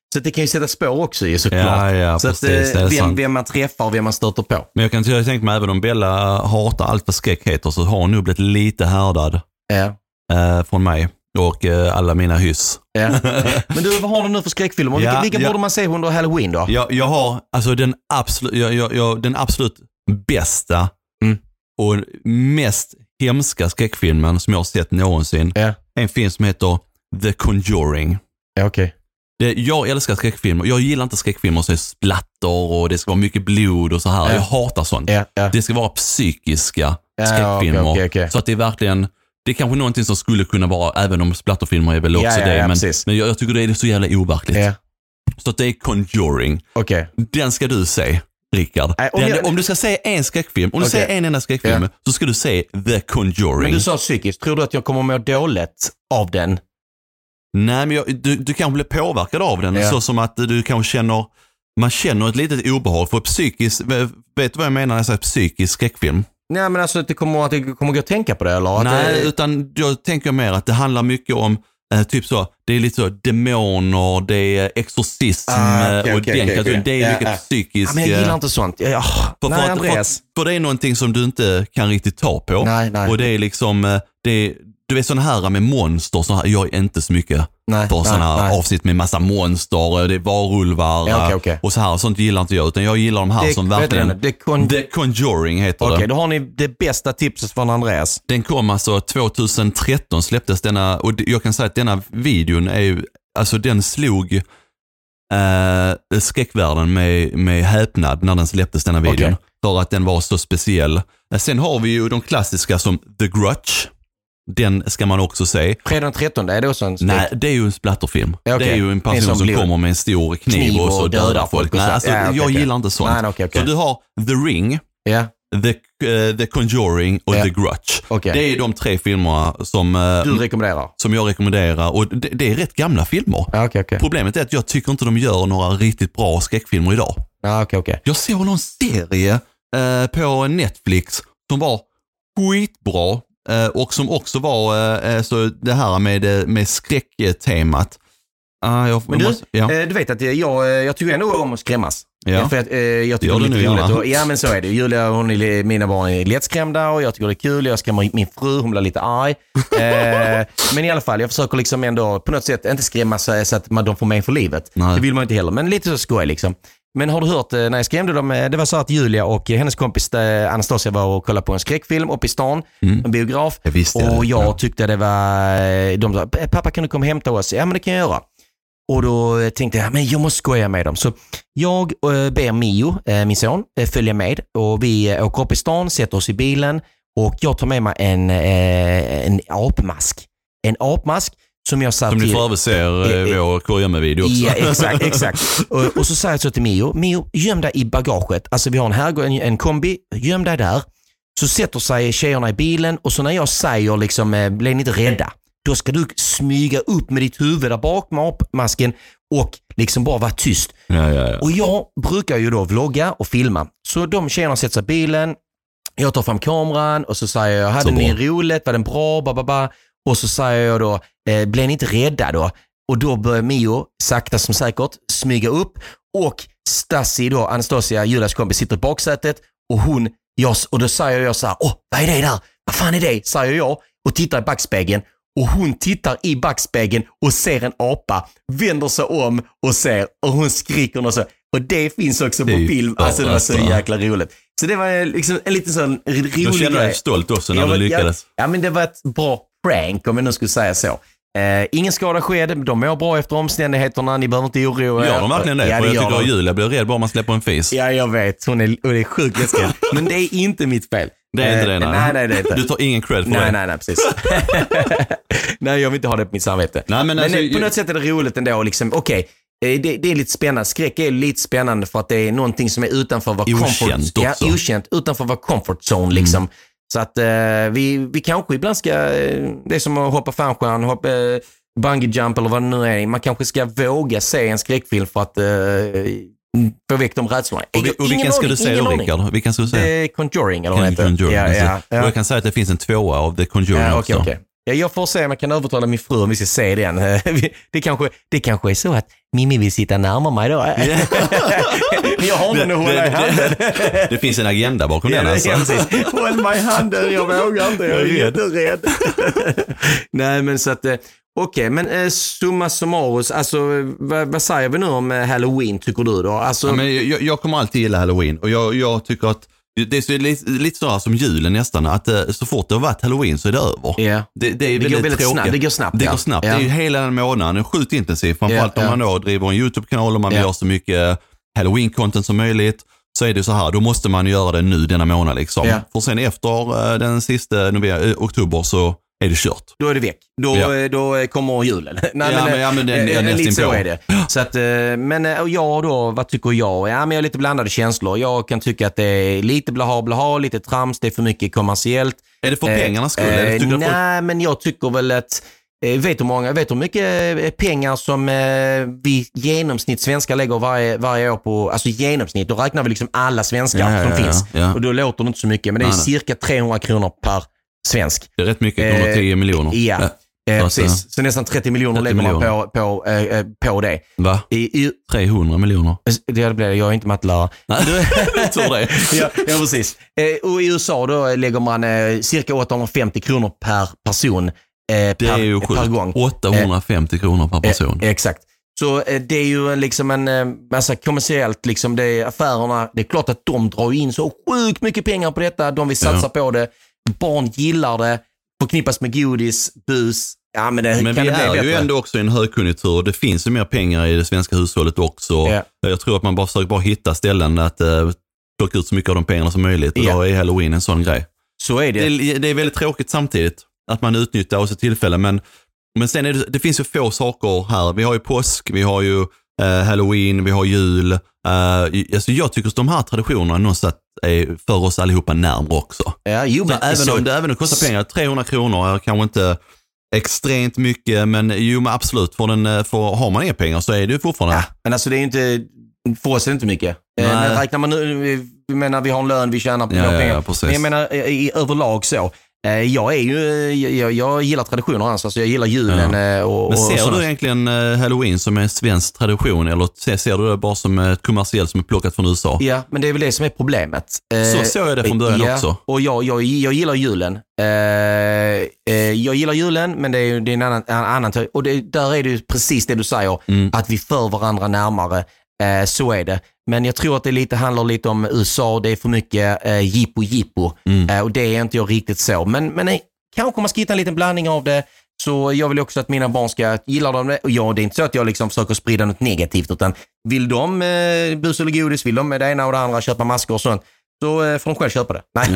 Så det kan ju sätta spår också ju, såklart. Ja, ja, så precis, att, vem, vem man träffar och vem man stöter på. Men jag kan jag tänka mig, även om Bella hatar allt vad skräck heter, så har hon nog blivit lite härdad Ja. eh, från mig och eh, alla mina hyss. Ja. Men du, vad har du nu för skräckfilmer? Vilka, Ja, vilka ja. borde man se under Halloween då? Jag, jag har alltså den absolut, jag, jag, jag, den absolut bästa Mm. och mest hemska skräckfilmen som jag har sett någonsin. Ja. En film som heter The Conjuring. Ja, okej. Det, jag älskar skräckfilmer. Jag gillar inte skräckfilmer som är splatter och det ska vara mycket blod och så här. Ja. Jag hatar sånt. Ja, ja. Det ska vara psykiska Ja, skräckfilmer. okej, okej, okej. Så att det är verkligen, det är kanske någonting som skulle kunna vara, även om splatterfilmer är väl också Ja, ja, det. ja, men precis. men jag, jag tycker det är så jävla overkligt. Ja. Så att det är Conjuring. Okej. Den ska du se, Rickard. Nej, om Den, jag- om du ska se en skräckfilm, om du Okej. säger en enda skräckfilm, Ja. så ska du se The Conjuring. Men du sa psykiskt, tror du att jag kommer må dåligt av den? Nej, men jag, du, du kan bli påverkad av den. Ja. Så som att du kanske känner, man känner ett litet obehag. För psykisk, vet du vad jag menar när jag säger psykisk skräckfilm? Nej, men alltså att det kommer att det kommer gå att tänka på det, eller? Att Nej, det, utan jag tänker mer att det handlar mycket om eh, typ så, det är lite så demoner, det är exorcism Ah, okej, och okej, den okej, kategorin. okej. Det är Ja, mycket ja. psykisk. ja, men jag gillar eh, inte sånt. Ja, för, nej, för, att- Andreas. för, för det är någonting som du inte kan riktigt ta på. Nej, nej. Och det är liksom, eh, det är, du vet sådana här med monster, så här, jag är inte så mycket Nej, för nej, sådana nej. avsnitt med massa monster, det är varulvar Ja, okej, okej. och så här. Sånt gillar inte jag, utan jag gillar de här Det- som vet du verkligen... den? The Con- The Conjuring heter Okej, det. då har ni det bästa tipset från Andreas. Den kom alltså tjugohundratretton släpptes denna, och jag kan säga att denna videon är ju, alltså den slog eh, skräckvärlden med, med häpnad när den släpptes, denna videon. Okej. För att den var så speciell. Eh, Sen har vi ju de klassiska som The Grudge. Den ska man också se. Fredag den trettonde, är det också en skräck? Nej, det är ju en splatterfilm. Ja, okej. Det är ju en En person som som blir- kommer med en stor kniv, Kniv och så och dödar dödar folk. folk och Nej, så. alltså, Ja, okej, jag okej. gillar inte sånt. Nej, nej, okej, okej. Så du har The Ring, Ja, The, eh, The Conjuring och Ja. The Grudge. Okej. Det är de tre filmerna som, eh, du rekommenderar? som jag rekommenderar. Och det, det är rätt gamla filmer. Ja, okej, okej. Problemet är att jag tycker inte de gör några riktigt bra skräckfilmer idag. Ja, okej, okej. Jag såg någon serie eh, på Netflix som var skitbra eh, och som också var eh, så det här med, eh, med skräcktemat. Ah, jag, Men du, måste, ja. eh, du vet att jag, eh, jag tycker ändå om att skrämmas. Ja. För att, eh, jag tycker Gör det är du lite nu, roligt. Johan? Och, ja, men så är det. Julia, hon är, mina barn är lättskrämda och jag tycker det är kul. Jag skrämmer min fru, hon blir lite arg. eh, men i alla fall, jag försöker liksom ändå på något sätt inte skrämma så, så att man, de får mig för livet. Nej. Det vill man inte heller, men lite så skoj liksom. Men har du hört eh, när jag skrämde dem, eh, det var så att Julia och hennes kompis eh, Anastasia var och kollade på en skräckfilm uppe i stan, Mm. en biograf. Jag visste och det. jag Ja. tyckte det var, eh, de sa, pappa kan du komma och hämta oss? Ja men det kan jag göra. Och då tänkte jag, men jag måste skoja med dem. Så jag äh, ber Mio, äh, min son, äh, följa med. Och vi äh, åker upp i stan, sätter oss i bilen. Och jag tar med mig en, äh, en apmask. En apmask som jag satt Som till... ni för övrigt ser i Eh, eh, vår Kurragömma-video också. Ja, exakt, exakt. Och, och så säger jag så till Mio, Mio, göm dig i bagaget. Alltså vi har en här, en, en kombi, göm dig där. Så sätter sig tjejerna i bilen och så när jag säger liksom, äh, blir ni inte rädda? Då ska du smyga upp med ditt huvud där bak med apmasken och liksom bara vara tyst. Ja, ja, ja. Och jag brukar ju då vlogga och filma. Så de tjejerna sätter sig i bilen, jag tar fram kameran och så säger jag, hade Så ni bra. roligt, var den bra, bababa. Och så säger jag då, eh, blev ni inte rädda då? Och då börjar Mio sakta som säkert smyga upp och Stassi då, Anastasia, Julias kompis, sitter i baksätet och hon, jag, och då säger jag så här, åh, vad är det där? Vad fan är det? Säger jag och tittar i backspegeln. Och hon tittar i backspegeln och ser en apa, vänder sig om och ser, och hon skriker och så. Och det finns också på Det är ju film. Alltså det var så alltså. jäkla roligt. Så det var liksom en liten sån rolig Då känner jag grej. dig stolt också när Ja, du men- lyckades. Ja, ja, men det var ett bra prank om vi nu skulle säga så. Eh, ingen skada skedde, de mår bra efter omständigheterna, ni behöver inte oroa er. Gör de verkligen det? Ja, För det jag gör tycker de. att Julia blir rädd bara man släpper en fis. Ja, jag vet. Hon är, hon är sjukt läskig. Men det är inte mitt fel. Det är inte det, Eh, nej. nej, nej, det är inte. Du tar ingen cred för Nej, det. nej, nej, precis. Nej, jag vill inte ha det på mitt samvete. Nej, men Men alltså, eh, på något sätt är det roligt ändå. Liksom, okej, eh, det, det är lite spännande. Skräck är lite spännande för att det är någonting som är utanför vår Okänt comfort, ja, också. okänt, utanför vår comfort zone. Liksom. Mm. Så att eh, vi, vi kanske ibland ska, eh, det är som att hoppa fallskärm, hoppa eh, bungee jump eller vad det nu är. Man kanske ska våga se en skräckfilm för att eh, få väck de rädslorna. Och, vi, och vilken ska du säga då, Rickard? Vilken ska du säga? Eh, Conjuring eller vad det heter. Conjuring, Ja, precis. ja, Och ja. jag kan säga att det finns en tvåa av The Conjuring Ja, också. okej, okej. Ja, jag får se om jag kan övertala min fru om vi ska se den. Det kanske, det kanske är så att Mimmi vill sitta närmare mig då. Jag har den att hålla i handen. Det, det finns en agenda bakom ja, den alltså. Ja, håll mig i handen, jag vågar inte, jag är jätterädd. Nej, men så att... Okej, okay, men eh, summa summarus, alltså vad, vad säger vi nu om eh, Halloween tycker du då? Alltså... Ja, men jag, jag kommer alltid gilla Halloween och jag, jag tycker att det är så lite, lite så här som julen nästan, att eh, så fort det har varit Halloween så är det över. Yeah. Det, det, är det, går väldigt snabbt, det går snabbt. Det ja. går snabbt, ja. det är ju hela den månaden, sjukt intensivt, framförallt yeah, om man då driver en YouTube-kanal och man yeah. gör så mycket Halloween-content som möjligt. Så är det så här, då måste man göra det nu denna månad liksom. Yeah. För sen efter eh, den sista november, oktober så är det kört. Då är det väck. Då, ja. då kommer julen. Nej, ja, men, men, ja, men den, äh, äh, lite så på. är det. Så att, men och jag då, vad tycker jag? Ja, men jag har lite blandade känslor. Jag kan tycka att det är lite blaha blaha, lite trams, det är för mycket kommersiellt. Är det för eh, pengarnas skull? Eh, nej, folk... men jag tycker väl att eh, vet du många, vet du hur mycket pengar som eh, vi genomsnitt svenskar lägger varje, varje år på, alltså genomsnitt, då räknar vi liksom alla svenskar ja, som ja, finns. Ja, ja. Och då låter det inte så mycket, men det är nej, cirka trehundra kronor per svensk. Det är rätt mycket, eh, tio miljoner. Ja. ja. Eh, precis, så nästan trettio miljoner lägger man på, på, eh, på det. Va? I, i, trehundra miljoner? Det blir det, jag är inte mattelärare. Nej, jag tror det. ja, ja, precis. Eh, och i U S A då lägger man eh, cirka åttahundrafemtio kronor per person eh, det per, är ju per gång. åttahundrafemtio eh, kronor per person. Eh, exakt. Så eh, det är ju liksom en eh, massa kommersiellt, liksom det är affärerna, det är klart att de drar in så sjukt mycket pengar på detta, de vill satsa ja. på det. Barn gillar det, förknippas med godis, bus. Ja, men det, men kan vi det är bli ju bättre? ändå också i en högkonjunktur. Det finns ju mer pengar i det svenska hushållet också. Ja. Jag tror att man bara försöker bara hitta ställen att uh, plocka ut så mycket av de pengarna som möjligt. Och ja. då är Halloween en sån grej. Så är det. Det, det är väldigt tråkigt samtidigt att man utnyttjar oss tillfällen. Men, men sen är det, det finns ju få saker här. Vi har ju påsk, vi har ju uh, Halloween, vi har jul. Uh, alltså jag tycker att de här traditionerna någonstans är för oss allihopa närmare också. Ja, jo, men även, så... om det, även om det kostar pengar, trehundra kronor är kanske inte extremt mycket, men jo men absolut, för den, för, har man inga pengar så är det ju fortfarande. Ja, men alltså det är ju inte, för oss är det inte mycket. Eh, men räknar man nu, vi menar vi har en lön, vi tjänar på ja, pengar. Ja, men jag menar i, i överlag så. Jag är ju, jag, jag gillar traditioner alltså, så jag gillar julen. Ja. Och, men ser och du egentligen Halloween som en svensk tradition eller ser, ser du det bara som ett kommersiellt som är plockat från U S A? Ja, men det är väl det som är problemet. Så såg jag det från början ja, också. Och jag, jag, jag gillar julen. Jag gillar julen, men det är, det är en annan, en annan och det, där är det ju precis det du säger, mm. att vi för varandra närmare. Så är det. Men jag tror att det lite handlar lite om U S A. Det är för mycket eh, jippo jippo. Mm. Eh, och det är inte jag riktigt så. Men, men nej, kanske man ska hitta en liten blandning av det. Så jag vill också att mina barn ska gilla dem. Och ja, det är inte så att jag liksom försöker sprida något negativt. Utan vill de eh, bus eller godis, vill de med det ena och det andra köpa masker och sånt, så eh, får de själv köpa det. Nej.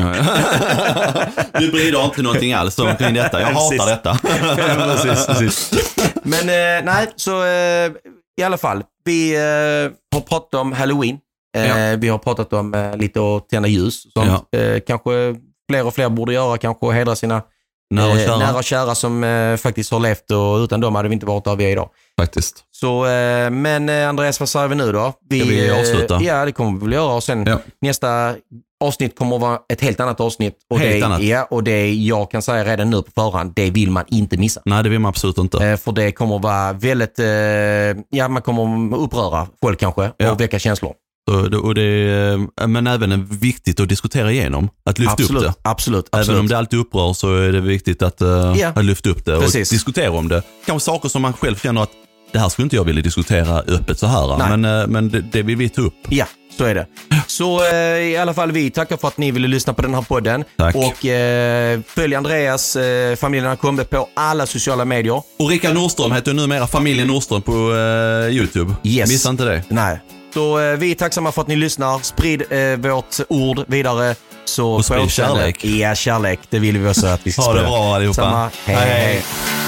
Du bryr dig inte någonting alls omkring detta. Jag hatar detta. Ja, precis, precis. Men eh, nej, så eh, i alla fall. Vi eh, har pratat om Halloween. Eh, ja. Vi har pratat om eh, lite att tända ljus. Sånt. Ja. Eh, kanske fler och fler borde göra. Kanske hedra sina nära och kära, eh, nära och kära som eh, faktiskt har levt. Och utan dem hade vi inte varit där vi är idag. Faktiskt. Så, eh, men eh, Andreas, vad säger vi nu då? Vi, Ska vi avsluta? Eh, ja, det kommer vi väl göra. Och sen ja. nästa avsnitt kommer att vara ett helt annat avsnitt. Och helt det, annat. Ja, och det jag kan säga redan nu på förhand, det vill man inte missa. Nej, det vill man absolut inte. Eh, för det kommer att vara väldigt, eh, ja man kommer att uppröra folk kanske ja. och väcka känslor. Och, och det, men även viktigt att diskutera igenom, att lyfta absolut, upp det. Absolut, även absolut. om det alltid upprör så är det viktigt att, uh, ja. att lyfta upp det och Precis. diskutera om det. Kanske saker som man själv känner att det här skulle inte jag vilja diskutera öppet så här. Nej. Men, uh, men det, det vill vi ta upp. Ja, så är det. Så eh, i alla fall vi tackar för att ni ville lyssna på den här podden. Tack. Och eh, följ Andreas, eh, familjen kommer på alla sociala medier. Och Rickard Nordström heter numera familjen Nordström på eh, YouTube. Yes. Missa inte det. Nej. Så eh, vi är tacksamma för att ni lyssnar. Sprid eh, vårt ord vidare. Så och sprid kärlek. Ja, kärlek. Det vill vi också att vi ska sprida. Ha det bra allihopa. Samma. Hej, hej. hej.